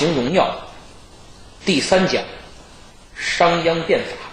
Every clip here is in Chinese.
秦荣耀》第3讲商鞅变法。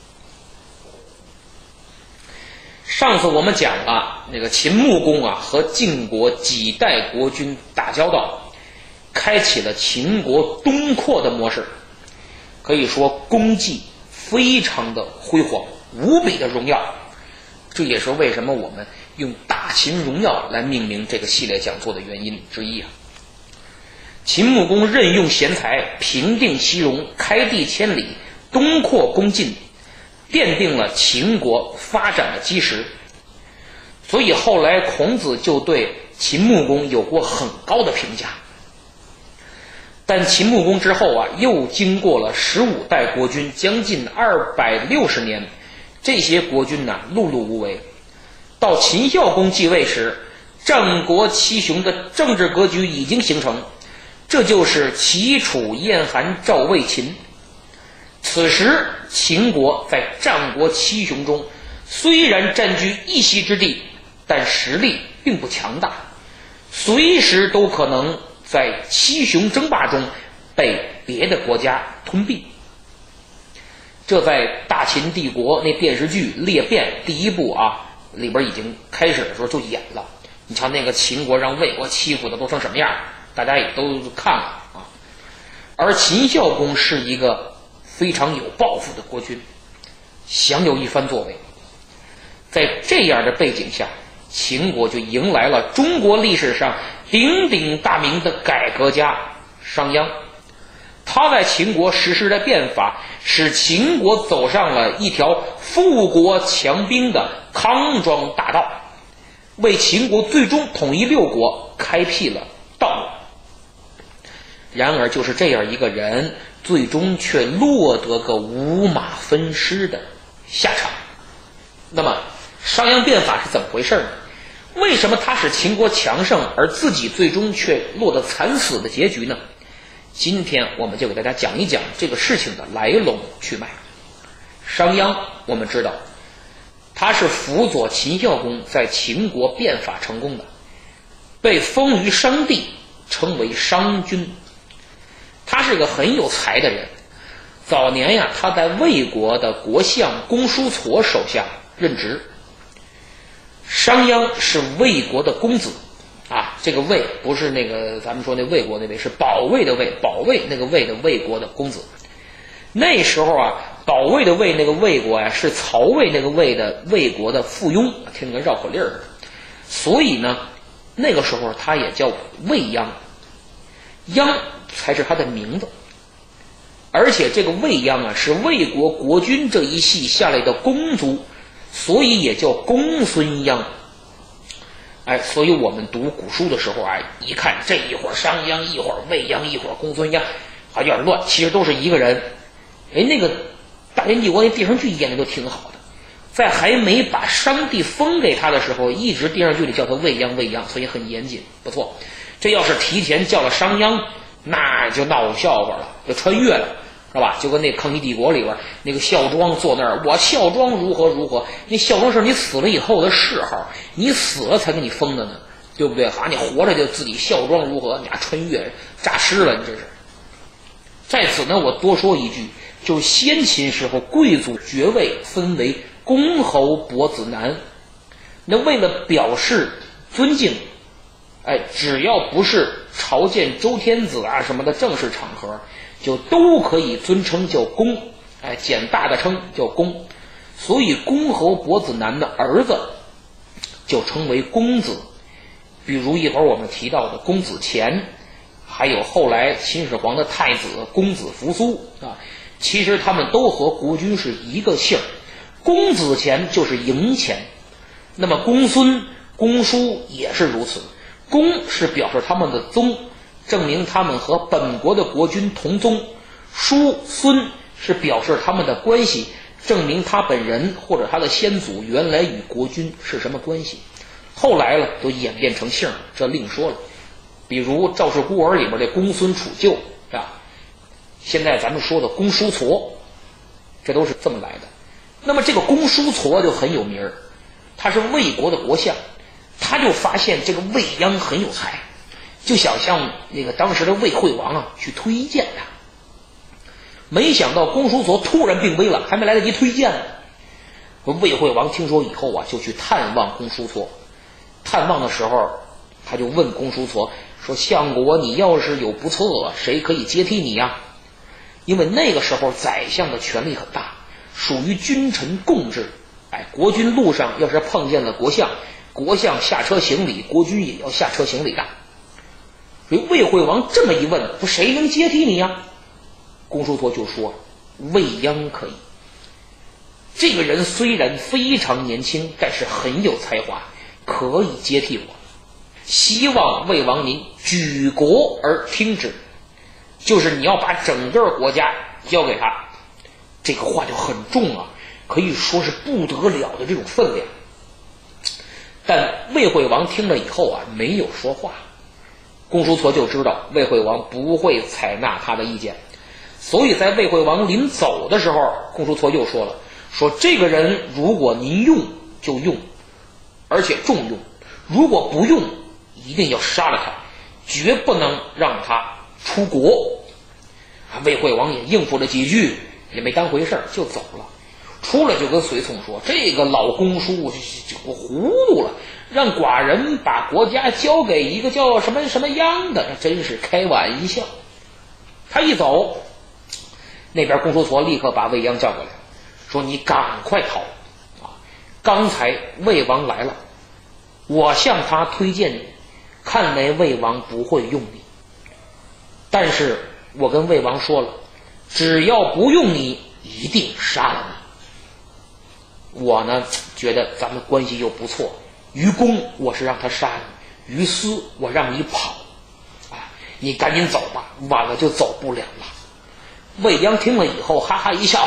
上次我们讲了那个秦穆公啊和晋国几代国君打交道，开启了秦国东扩的模式，可以说功绩非常的辉煌，无比的荣耀。这也是为什么我们用大秦荣耀来命名这个系列讲座的原因之一啊。秦穆公任用贤才，平定西戎，开地千里，东扩攻晋，奠定了秦国发展的基石。所以后来孔子就对秦穆公有过很高的评价。但秦穆公之后啊，又经过了15代国君，将近260年，这些国君呢碌碌无为。到秦孝公继位时，战国七雄的政治格局已经形成，这就是齐楚燕韩赵魏秦。此时秦国在战国七雄中虽然占据一席之地，但实力并不强大，随时都可能在七雄争霸中被别的国家吞并。这在大秦帝国那电视剧《裂变》第1部啊里边已经开始的时候就演了。你瞧那个秦国让魏国欺负的都成什么样，大家也都看了啊。而秦孝公是一个非常有抱负的国君，想有一番作为。在这样的背景下，秦国就迎来了中国历史上鼎鼎大名的改革家商鞅。他在秦国实施的变法，使秦国走上了一条富国强兵的康庄大道，为秦国最终统一6国开辟了道路。然而就是这样一个人，最终却落得个五马分尸的下场。那么商鞅变法是怎么回事呢？为什么他使秦国强盛，而自己最终却落得惨死的结局呢？今天我们就给大家讲一讲这个事情的来龙去脉。商鞅我们知道，他是辅佐秦孝公在秦国变法成功的，被封于商地，称为商君。他是个很有才的人，早年呀，他在魏国的国相公叔痤手下任职。商鞅是魏国的公子啊，这个魏不是那个咱们说那魏国那魏，是保卫的魏，保卫那个魏的魏国的公子。那时候啊，保卫的魏那个魏国呀，是曹魏那个魏的魏国的附庸，听着跟绕口令似的。所以呢，那个时候他也叫魏鞅，鞅才是他的名字。而且这个魏鞅啊，是魏国国君这一系下来的公族，所以也叫公孙鞅。所以我们读古书的时候啊，一看这一会儿商鞅，一会儿魏鞅，一会儿公孙鞅，好有点乱，其实都是一个人。那个大秦帝国那电视剧演的都挺好的，在还没把商地封给他的时候，一直电视剧里叫他魏鞅魏鞅，所以很严谨，不错。这要是提前叫了商鞅，那就闹笑话了，就穿越了，是吧？就跟那康熙帝国里边那个孝庄坐那儿，我孝庄如何如何，那孝庄是你死了以后的谥号，你死了才给你封的呢，对不对？你活着就自己孝庄如何，你穿越诈尸了，你这是。在此呢，我多说一句，就是先秦时候贵族爵位分为公侯伯子男，那为了表示尊敬，只要不是朝见周天子啊什么的正式场合，就都可以尊称叫公，简大的称叫公。所以公侯伯子男的儿子就称为公子，比如一会儿我们提到的公子虔，还有后来秦始皇的太子公子扶苏啊，其实他们都和国君是一个姓，公子虔就是嬴虔。那么公孙公叔也是如此，公是表示他们的宗，证明他们和本国的国君同宗，叔孙是表示他们的关系，证明他本人或者他的先祖原来与国君是什么关系。后来了都演变成姓，这另说了。比如赵氏孤儿里边的公孙杵臼啊，现在咱们说的公叔痤，这都是这么来的。那么这个公叔痤就很有名，他是魏国的国相，他就发现这个魏鞅很有才， 就想向那个当时的魏惠王去推荐他。没想到公叔痤突然病危了，还没来得及推荐呢。魏惠王听说以后就去探望公叔痤。探望的时候，他就问公叔痤说：“相国，你要是有不测，谁可以接替你呀？”因为那个时候宰相的权力很大，属于君臣共治。国军路上要是碰见了国相，国相下车行礼，国君也要下车行礼的。所以魏惠王这么一问，不谁能接替你呀？公叔痤就说：“未央可以。这个人虽然非常年轻，但是很有才华，可以接替我。希望魏王您举国而听之，就是你要把整个国家交给他。”这个话就很重啊，可以说是不得了的这种分量。但魏惠王听了以后没有说话。公叔痤就知道魏惠王不会采纳他的意见，所以在魏惠王临走的时候，公叔痤又说了，说这个人如果您用就用，而且重用，如果不用一定要杀了他，绝不能让他出国。魏惠王也应付了几句，也没当回事就走了。出来就跟随从说：“这个老公叔我糊涂了，让寡人把国家交给一个叫什么什么央的，真是开玩笑。”他一走，那边公叔痤立刻把魏央叫过来，说：“你赶快逃刚才魏王来了，我向他推荐你，看来魏王不会用你，但是我跟魏王说了，只要不用你，一定杀了你。我呢觉得咱们关系又不错，于公我是让他杀你，于私我让你跑你赶紧走吧，晚了就走不了了。”魏央听了以后哈哈一笑，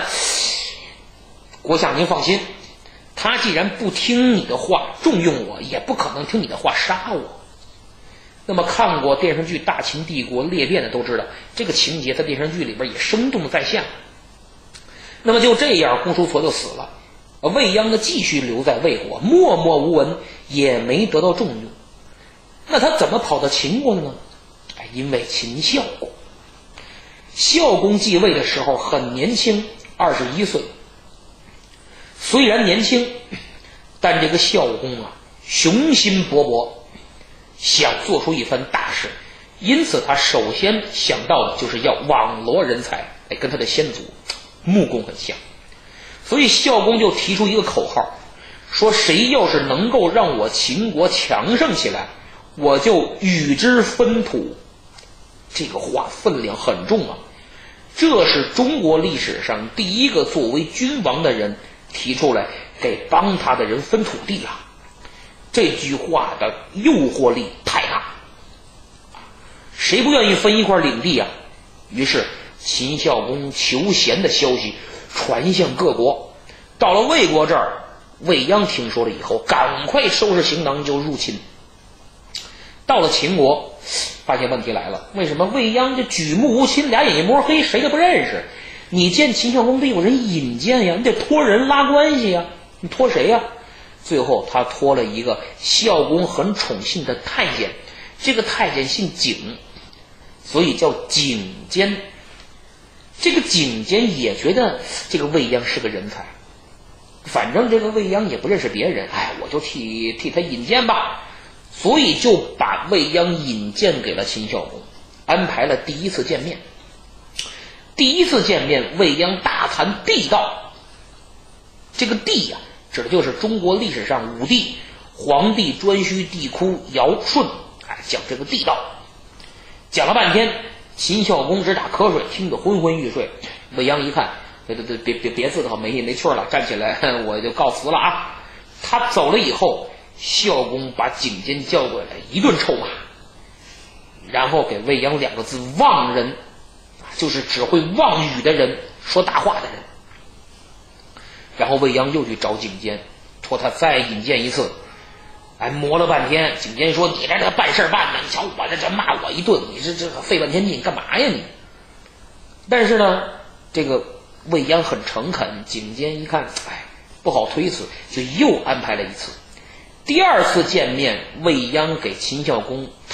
国相您放心，他既然不听你的话重用我，也不可能听你的话杀我。那么看过电视剧《大秦帝国裂变》的都知道，这个情节在电视剧里边也生动在现。那么就这样，公叔痤就死了。魏央呢继续留在魏国，默默无闻，也没得到重用。那他怎么跑到秦国的呢？因为秦孝公。孝公继位的时候很年轻，21岁。虽然年轻，但这个孝公雄心勃勃，想做出一番大事，因此他首先想到的就是要网罗人才，跟他的先祖穆公很像。所以孝公就提出一个口号，说谁要是能够让我秦国强盛起来，我就与之分土。这个话分量很重这是中国历史上第一个作为君王的人提出来给帮他的人分土地这句话的诱惑力太大，谁不愿意分一块领地于是秦孝公求贤的消息传向各国。到了魏国这儿，魏央听说了以后，赶快收拾行囊就入侵。到了秦国，发现问题来了，为什么魏央这举目无亲，俩眼一摸黑，谁都不认识？你见秦孝公得有人引荐呀，你得托人拉关系呀，你托谁呀？最后他托了一个孝公很宠信的太监，这个太监姓景，所以叫景监。这个景监也觉得这个魏央是个人才，反正这个魏央也不认识别人，我就替他引荐吧，所以就把魏央引荐给了秦孝公，安排了第一次见面。第一次见面，魏央大谈地道。这个地指的就是中国历史上5帝：黄帝、颛顼、帝喾、尧、舜，讲这个地道。讲了半天，秦孝公直打瞌睡，听得昏昏欲睡。魏央一看，别自讨没趣了，站起来，我就告辞了他走了以后，孝公把景监叫过来一顿臭骂，然后给魏央2个字：妄人，就是只会妄语的人，说大话的人。然后魏央又去找景监，托他再引荐一次。磨了半天，景监说：“你这办事办的，你瞧我这骂我一顿，你这费半天劲干嘛呀你？”但是呢，这个魏央很诚恳，景监一看，不好推辞，就又安排了一次。第2次见面，魏央给秦孝公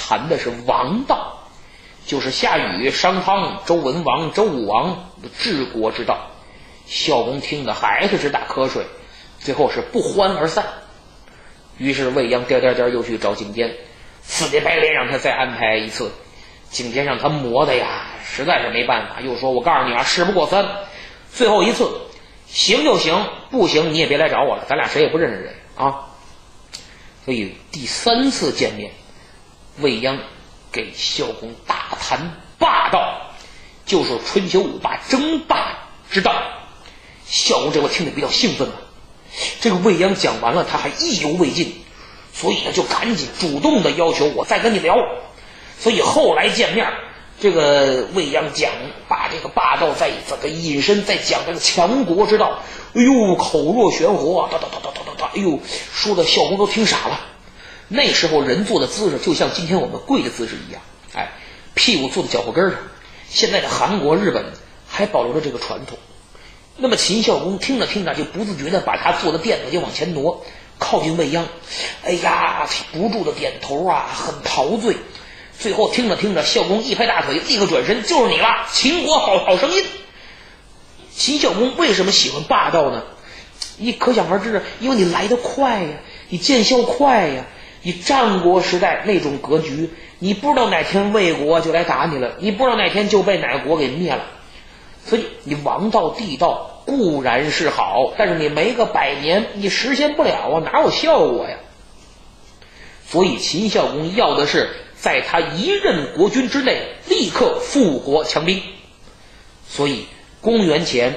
谈的是王道，就是夏禹、商汤、周文王、周武王的治国之道。孝公听的还是直打瞌睡，最后是不欢而散。于是未央又去找景监，死乞白赖让他再安排一次。景监让他磨的呀，实在是没办法，又说我告诉你啊，事不过三，最后一次，行就行，不行你也别来找我了，咱俩谁也不认识谁啊。所以第3次见面，未央给孝公大谈霸道，就是春秋五霸争霸之道。孝公这回听得比较兴奋了，这个未央讲完了，他还意犹未尽，所以呢就赶紧主动的要求我再跟你聊。所以后来见面，这个未央讲把这个霸道再怎么引申，再讲这个强国之道，哎呦口若悬河啊，哎呦说的孝公都听傻了。那时候人坐的姿势就像今天我们跪的姿势一样，哎，屁股坐在脚后跟上。现在的韩国、日本还保留着这个传统。那么秦孝公听着听着就不自觉的把他坐的垫子就往前挪，靠近未央，哎呀不住的点头啊，很陶醉。最后听着听着，孝公一拍大腿，立刻转身，就是你了，秦国好声音。秦孝公为什么喜欢霸道呢？你可想而知，因为你来得快呀，你见效快呀。你战国时代那种格局，你不知道哪天魏国就来打你了，你不知道哪天就被哪个国给灭了。所以你王道地道固然是好，但是你没个100年你实现不了啊，哪有效果呀？所以秦孝公要的是在他一任国君之内立刻复国强兵。所以公元前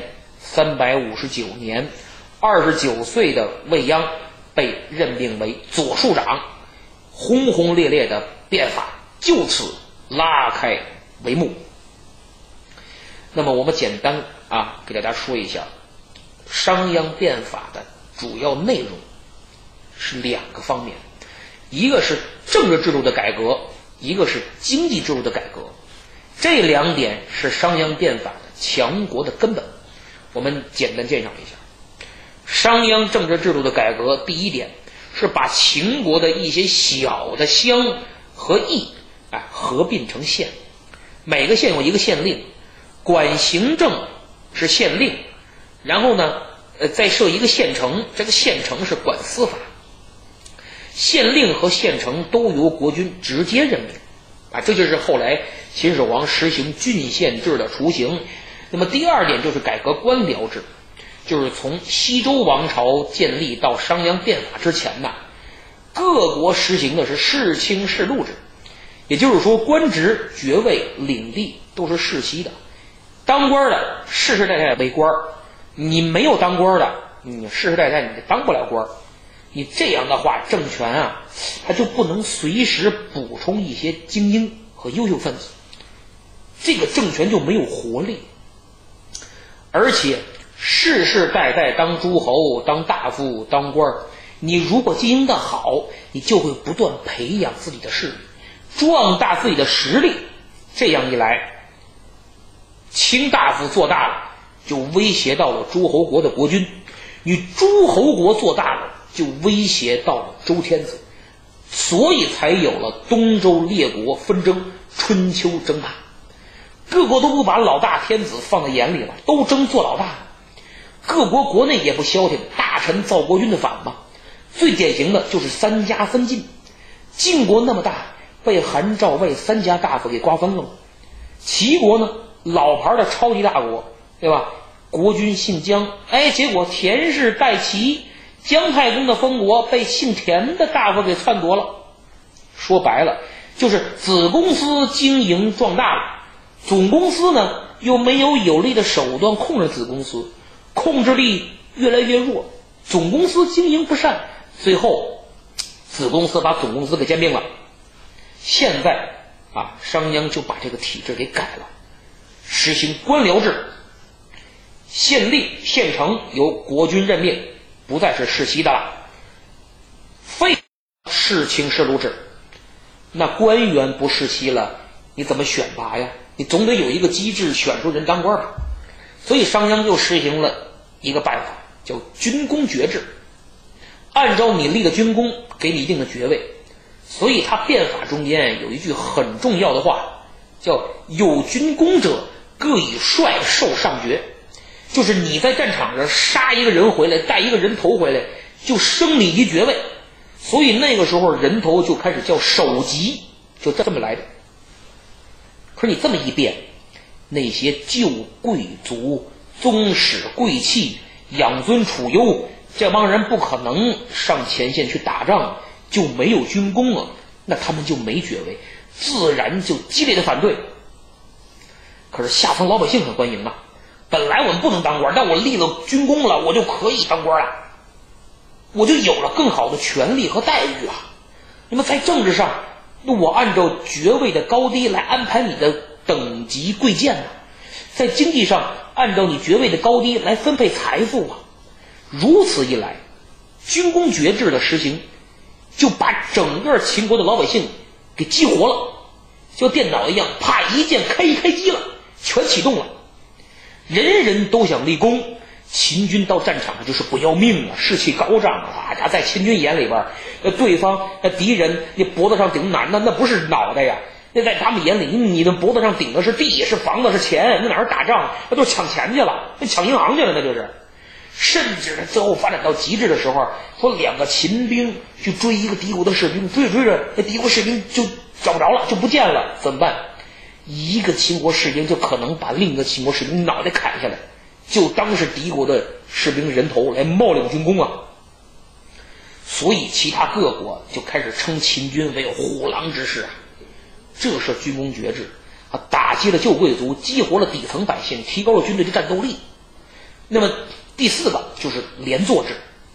359年，29岁的未央被任命为左庶长，轰轰烈烈的变法就此拉开帷幕。那么我们简单给大家说一下商鞅变法的主要内容是2个方面，一个是政治制度的改革，一个是经济制度的改革。这2点是商鞅变法的强国的根本。我们简单介绍一下商鞅政治制度的改革。第一点是把秦国的一些小的乡和邑合并成县，每个县有一个县令，管行政是县令，然后呢再设一个县城，这个县城是管司法。县令和县城都由国君直接任命这就是后来秦始皇实行郡县制的雏形。那么第2点就是改革官僚制，就是从西周王朝建立到商鞅变法之前各国实行的是世卿世禄制，也就是说官职、爵位、领地都是世袭的，当官的世世代代为官，你没有当官的，你世世代代你当不了官。你这样的话，政权它就不能随时补充一些精英和优秀分子，这个政权就没有活力。而且世世代代当诸侯、当大夫、当官，你如果经营得好，你就会不断培养自己的势力，壮大自己的实力。这样一来，卿大夫做大了，就威胁到了诸侯国的国君；你诸侯国做大了，就威胁到了周天子。所以才有了东周列国纷争、春秋争霸。各国都不把老大天子放在眼里了，都争做老大。各国国内也不消停，大臣造国君的反嘛。最典型的就是3家分晋，晋国那么大，被韩赵魏3家大夫给瓜分了。齐国呢，老牌的超级大国，对吧？国君姓姜，结果田氏代齐，姜太公的封国被姓田的大夫给篡夺了。说白了，就是子公司经营壮大了，总公司呢又没有有力的手段控制子公司，控制力越来越弱，总公司经营不善，最后子公司把总公司给兼并了。现在商鞅就把这个体制给改了，实行官僚制，县令、县城由国君任命，不再是世袭的了，废世卿世禄制。那官员不世袭了，你怎么选拔呀？你总得有一个机制选出人当官吧。所以商鞅又实行了一个办法，叫军功爵制，按照你立的军功给你一定的爵位。 所以他变法中间有一句很重要的话，叫有军功者各以帅受上爵，就是你在战场上杀一个人回来，带一个人头回来，就升你一爵位。所以那个时候人头就开始叫首级，就这么来的。可是你这么一变，那些旧贵族、宗室贵戚、养尊处优，这帮人不可能上前线去打仗，就没有军功了，那他们就没爵位，自然就激烈的反对。可是下层老百姓很欢迎啊，本来我们不能当官，但我立了军功了，我就可以当官了，我就有了更好的权利和待遇啊。那么在政治上，那我按照爵位的高低来安排你的等级贵贱啊，在经济上按照你爵位的高低来分配财富啊。如此一来，军功爵制的实行就把整个秦国的老百姓给激活了，就电脑一样，啪一键开机了，全启动了，人人都想立功。秦军到战场上就是不要命啊，士气高涨啊！他在秦军眼里边，对方敌人你脖子上顶那不是脑袋呀，那在他们眼里，你的脖子上顶的是地，是房子，是钱，那哪是打仗？那都抢钱去了，那抢银行去了，那就是。甚至最后发展到极致的时候，说两个秦兵去追一个敌国的士兵，追着那敌国士兵就找不着了，就不见了，怎么办？一个秦国士兵就可能把另一个秦国士兵脑袋砍下来，就当是敌国的士兵人头来冒领军功啊。所以其他各国就开始称秦军为虎狼之师啊。这是军功爵制啊，打击了旧贵族，激活了底层百姓，提高了军队的战斗力。那么第四个就是连坐制。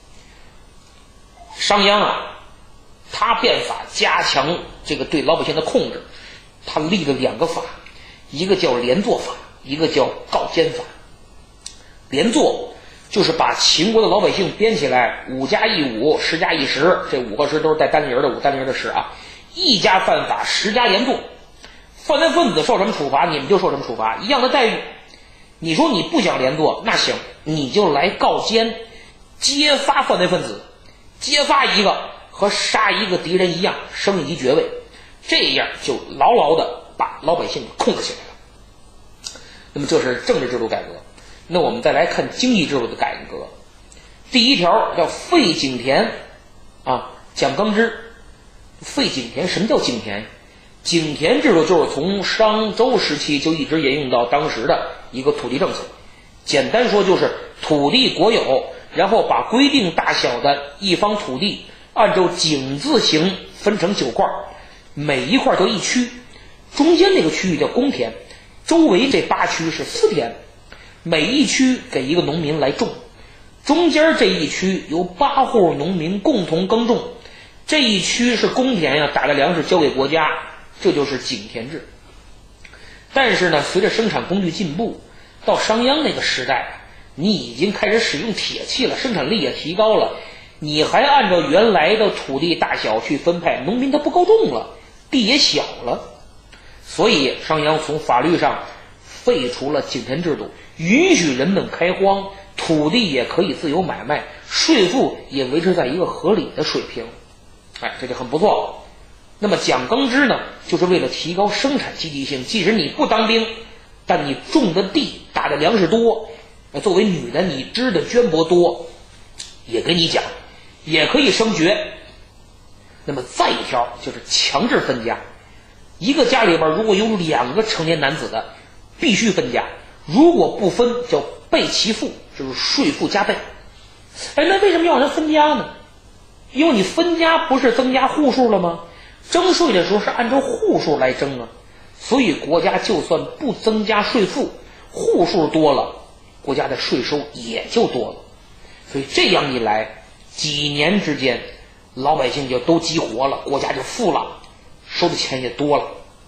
商鞅啊，他变法加强这个对老百姓的控制，他立了两个法，一个叫连坐法，一个叫告监法。连坐就是把秦国的老百姓编起来，5加1 5，10加1 10，这5个10都是带单立人的5，单立人的10啊。1家犯法，10家连坐，犯罪分子受什么处罚，你们就受什么处罚，一样的待遇。你说你不想连坐，那行，你就来告监，揭发犯罪分子，揭发一个和杀一个敌人一样，升一级爵位，这样就牢牢的把老百姓控制起来了。那么这是政治制度改革。那我们再来看经济制度的改革。第一条叫废井田啊，讲耕织。废井田，什么叫井田？井田制度就是从商周时期就一直沿用到当时的一个土地政策。简单说就是土地国有，然后把规定大小的一方土地按照井字形分成9块，每一块就一区，中间那个区域叫公田，周围这8区是私田，每一区给一个农民来种，中间这一区由8户农民共同耕种，这一区是公田呀，打的粮食交给国家，这就是井田制。但是呢，随着生产工具进步，到商鞅那个时代，你已经开始使用铁器了，生产力也提高了，你还按照原来的土地大小去分配，农民他不够种了，地也小了。所以商鞅从法律上废除了井田制度，允许人们开荒，土地也可以自由买卖，税赋也维持在一个合理的水平。这就很不错。那么讲耕织呢，就是为了提高生产积极性，即使你不当兵，但你种的地打的粮食多，作为女的你织的绢帛多，也给你奖，也可以升爵。那么再一条就是强制分家，一个家里边如果有2个成年男子的，必须分家，如果不分叫倍其赋，就是税赋加倍。那为什么要让人分家呢？因为你分家不是增加户数了吗？征税的时候是按照户数来征啊，所以国家就算不增加税赋，户数多了，国家的税收也就多了。所以这样一来，几年之间老百姓就都激活了，国家就富了，收的钱也多了。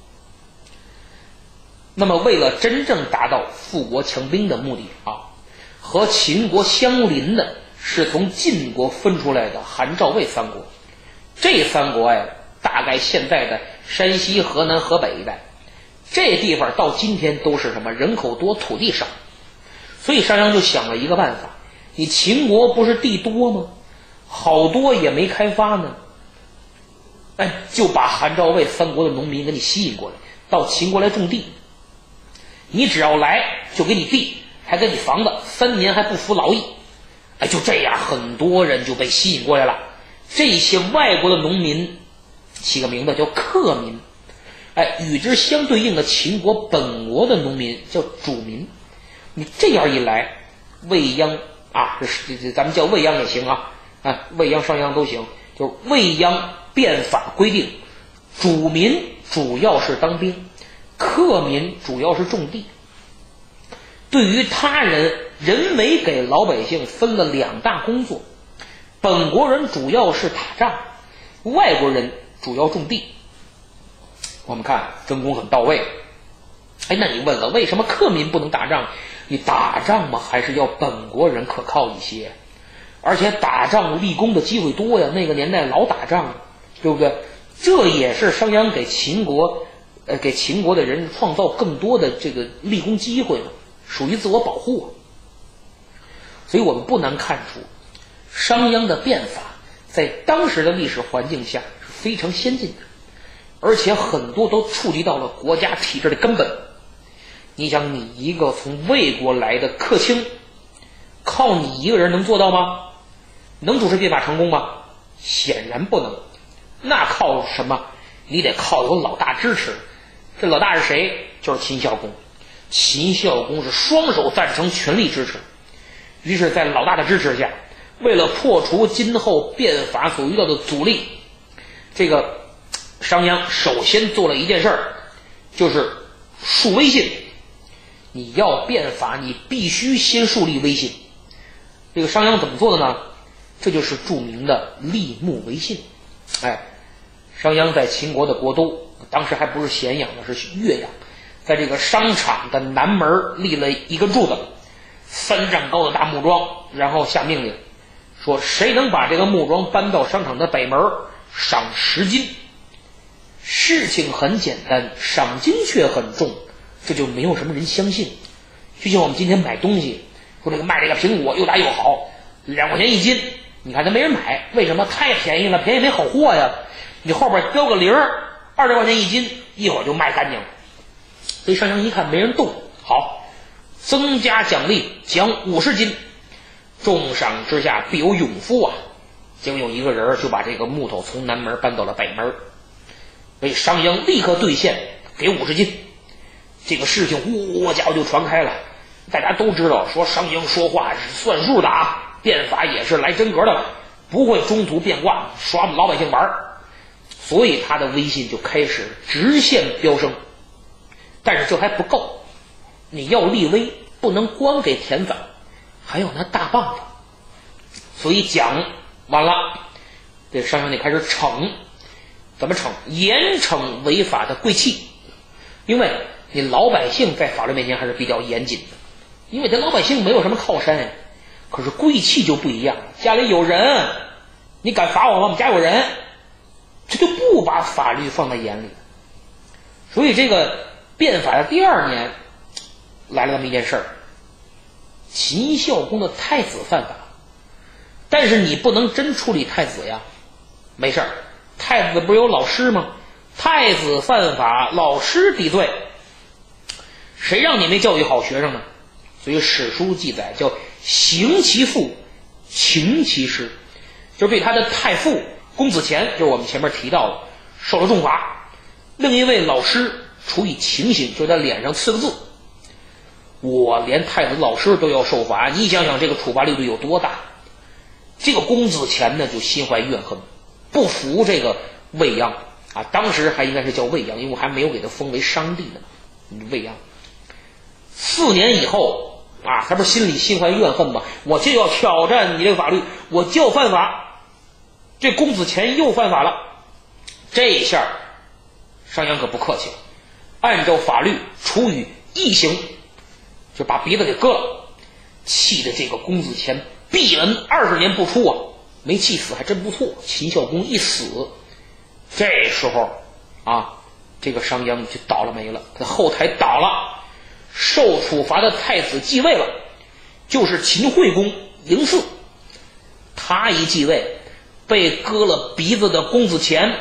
那么为了真正达到富国强兵的目的啊，和秦国相邻的是从晋国分出来的韩赵魏3国。这3国大概现在的山西、河南、河北一带，这地方到今天都是什么？人口多，土地少。所以商鞅就想了一个办法，你秦国不是地多吗？好多也没开发呢， 就把韩赵魏三国的农民给你吸引过来，到秦国来种地。你只要来就给你地，还给你房子，3年还不服劳役。就这样，很多人就被吸引过来了。这些外国的农民起个名字叫客民，与之相对应的秦国本国的农民叫主民。你这样一来，未鞅咱们叫未鞅也行未鞅、商鞅都行。就是未鞅变法规定，主民主要是当兵，客民主要是种地。对于他人，人为给老百姓分了2大工作，本国人主要是打仗，外国人主要种地。我们看分工很到位。那你问了，为什么客民不能打仗？你打仗嘛，还是要本国人可靠一些，而且打仗立功的机会多呀，那个年代老打仗，对不对？这也是商鞅给秦国的人创造更多的这个立功机会嘛，属于自我保护。所以我们不难看出，商鞅的变法在当时的历史环境下是非常先进的，而且很多都触及到了国家体制的根本。你想，你一个从魏国来的客卿，靠你一个人能做到吗？能主持变法成功吗？显然不能。那靠什么？你得靠有老大支持。这老大是谁？就是秦孝公。秦孝公是双手赞成，全力支持。于是在老大的支持下，为了破除今后变法所遇到的阻力，这个商鞅首先做了一件事儿，就是树威信。你要变法，你必须先树立威信。这个商鞅怎么做的呢？这就是著名的立木为信。商鞅在秦国的国都，当时还不是咸阳，是岳阳，在这个商场的南门立了一根柱子，3丈高的大木桩，然后下命令说，谁能把这个木桩搬到商场的北门，赏10斤。事情很简单，赏金却很重，这就没有什么人相信。就像我们今天买东西，说这个卖这个苹果又大又好，2块钱1斤，你看它没人买，为什么？太便宜了，便宜没好货呀。你后边标个0，20块钱1斤，一会儿就卖干净了。所以商鞅一看没人动，好，增加奖励，奖50斤，重赏之下必有勇夫啊。结果有一个人就把这个木头从南门搬到了北门，所以商鞅立刻兑现，给50斤。这个事情家伙就传开了，大家都知道，说商鞅说话是算数的变法也是来真格的，不会中途变卦耍我们老百姓玩。所以他的威信就开始直线飙升。但是这还不够，你要立威，不能光给田枣，还要拿大棒子。所以奖完了，这商鞅得开始惩。怎么惩？严惩违法的贵戚。因为你老百姓在法律面前还是比较严谨的，因为这老百姓没有什么靠山呀。可是贵戚就不一样，家里有人，你敢罚我吗？我们家有人，这就不把法律放在眼里。所以这个变法的第2年来了这么一件事儿，秦孝公的太子犯法，但是你不能真处理太子呀，没事儿，太子不是有老师吗？太子犯法，老师抵罪，谁让你没教育好学生呢？所以史书记载叫刑其父，请其师，就是对他的太傅公子虔，就是我们前面提到的，受了重罚。另一位老师处以情刑，就在脸上刺个字。我连太子老师都要受罚，你想想这个处罚力度有多大。这个公子虔呢就心怀怨恨，不服这个未鞅当时还应该是叫未鞅，因为我还没有给他封为商帝呢。未鞅4年以后他不是心里心怀怨恨吗？我就要挑战你这个法律，我就要犯法。这公子虔又犯法了，这一下商鞅可不客气了，按照法律处以异刑，就把鼻子给割了。气的这个公子虔闭门20年不出没气死还真不错。秦孝公一死，这时候这个商鞅就倒了霉了，他后台倒了，受处罚的太子继位了，就是秦惠公嬴驷。他一继位，被割了鼻子的公子虔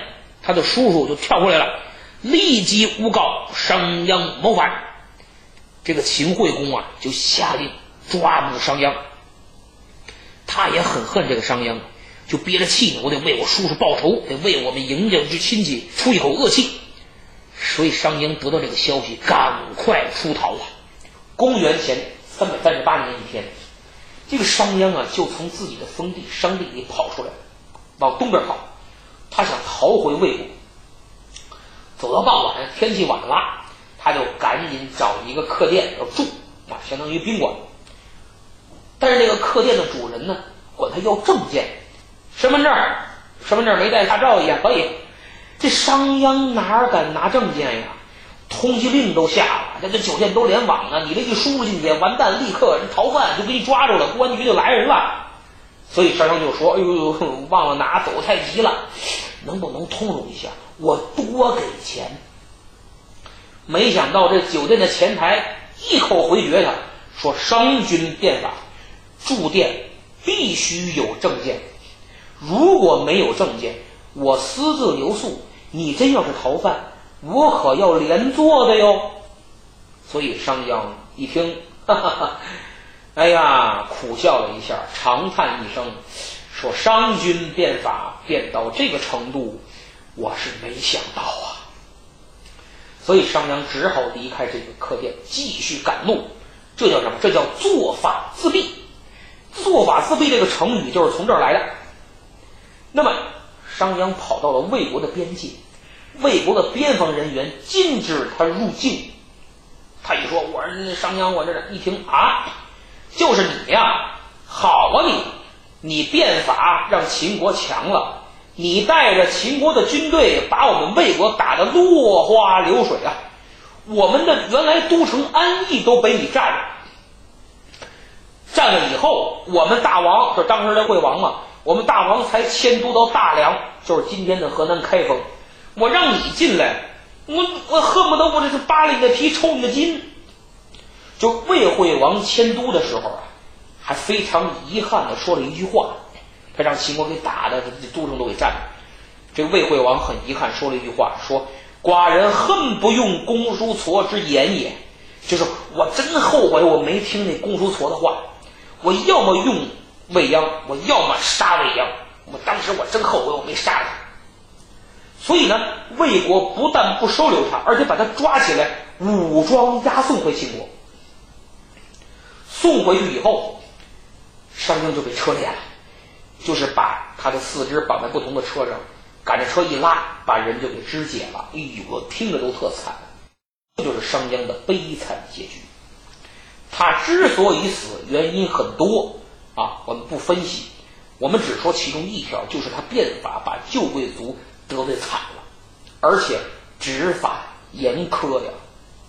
他的叔叔就跳出来了，立即诬告商鞅谋反。这个秦惠公啊，就下令抓捕商鞅。他也很恨这个商鞅，就憋着气呢，我得为我叔叔报仇，得为我们赢家之亲戚出一口恶气。所以商鞅得到这个消息，赶快出逃啊！公元前338年一天，这个商鞅啊，就从自己的封地商地里跑出来，往东边跑，他想逃回魏国。走到傍晚，天气晚了，他就赶紧找一个客店要住啊，相当于宾馆。但是这个客店的主人呢，管他要证件，身份证没带驾照也可以。这商鞅哪敢拿证件呀？通缉令都下了，这酒店都联网了，你这一输入进去，完蛋，立刻逃犯就给你抓住了，公安局就来人了。所以商鞅就说：“哎呦，忘了拿，走太急了，能不能通融一下？我多给钱。”没想到这酒店的前台一口回绝他，说：“商君变法，住店必须有证件，如果没有证件，我私自留宿，你真要是逃犯，我可要连坐的哟。”所以商鞅一听，哈哈哈，哎呀，苦笑了一下，长叹一声，说：“商君变法变到这个程度，我是没想到啊。”所以商鞅只好离开这个客店，继续赶路。这叫什么？这叫做法自毙。做法自毙这个成语就是从这儿来的。那么商鞅跑到了魏国的边界，魏国的边防人员禁止他入境。他一说：“我是商鞅，我这一听啊，就是你呀，好啊你变法让秦国强了，你带着秦国的军队把我们魏国打得落花流水啊，我们的原来都城安邑都被你占了。占了以后，我们大王就当时的惠王嘛，我们大王才迁都到大梁，就是今天的河南开封。我让你进来，我恨不得我这是扒了你的皮抽你的筋。”就魏惠王迁都的时候啊，还非常遗憾的说了一句话，他让秦国给打的都城都给占了。这个魏惠王很遗憾说了一句话，说：“寡人恨不用公叔痤之言也。”就是我真后悔我没听那公叔痤的话，我要么用未央，我要么杀未央，我当时我真后悔我没杀他。所以呢，魏国不但不收留他，而且把他抓起来武装押送回秦国。送回去以后，商鞅就被车裂了，就是把他的四肢绑在不同的车上，赶着车一拉，把人就给肢解了。哎呦，我听着都特惨。这就是商鞅的悲惨结局。他之所以死，原因很多啊，我们不分析，我们只说其中一条，就是他变法把旧贵族得罪惨了，而且执法严苛呀。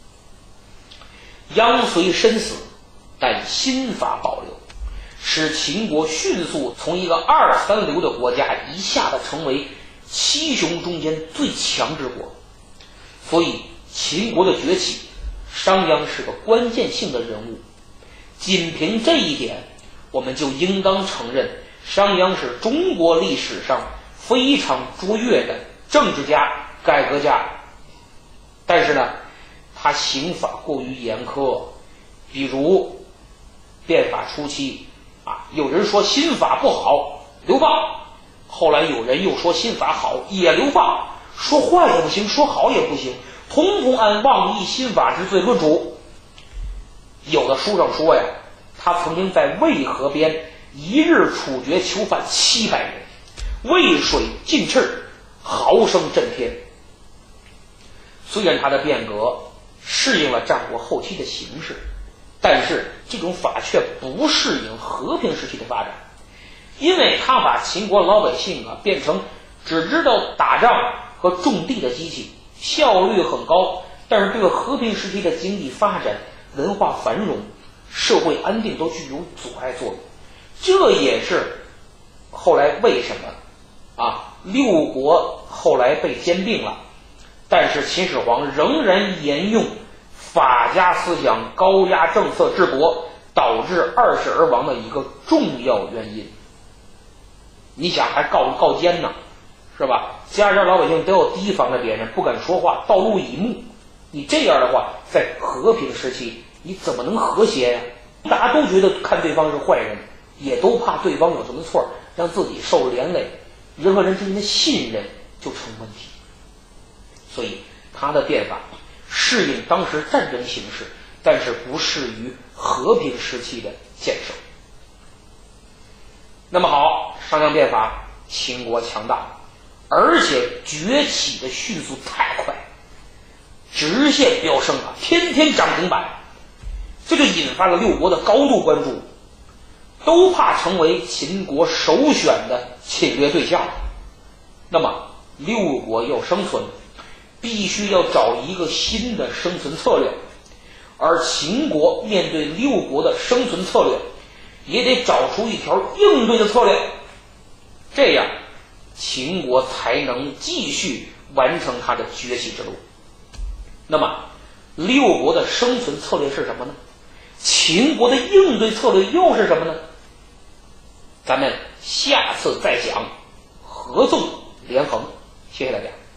鞅虽身死，但新法保留，使秦国迅速从一个二三流的国家一下子成为七雄中间最强之国。所以秦国的崛起，商鞅是个关键性的人物。仅凭这一点，我们就应当承认商鞅是中国历史上非常卓越的政治家、改革家。但是呢，他刑法过于严苛，比如变法初期啊，有人说新法不好，流放；后来有人又说新法好，也流放。说坏也不行，说好也不行，统统按妄议新法之罪论处。有的书上说呀，他曾经在渭河边一日处决囚犯700人，渭水尽赤，嚎声震天。虽然他的变革适应了战国后期的形势，但是这种法却不适应和平时期的发展，因为他把秦国老百姓变成只知道打仗和种地的机器，效率很高，但是对和平时期的经济发展、文化繁荣、社会安定都具有阻碍作用。这也是后来为什么六国后来被兼并了，但是秦始皇仍然沿用法家思想、高压政策治国，导致20而亡的一个重要原因。你想还告奸呢， 是吧？家家老百姓都要提防着别人，不敢说话，道路以目。你这样的话，在和平时期，你怎么能和谐呀？大家都觉得看对方是坏人，也都怕对方有什么错，让自己受连累，人和人之间的信任就成问题。所以他的变法适应当时战争形势，但是不适于和平时期的建设。那么好，商鞅变法，秦国强大，而且崛起的迅速太快，直线飙升啊，天天涨停板，这就引发了六国的高度关注，都怕成为秦国首选的侵略对象。那么六国要生存，必须要找一个新的生存策略，而秦国面对六国的生存策略，也得找出一条应对的策略，这样秦国才能继续完成它的崛起之路。那么六国的生存策略是什么呢？秦国的应对策略又是什么呢？咱们下次再讲合纵连横。谢谢大家。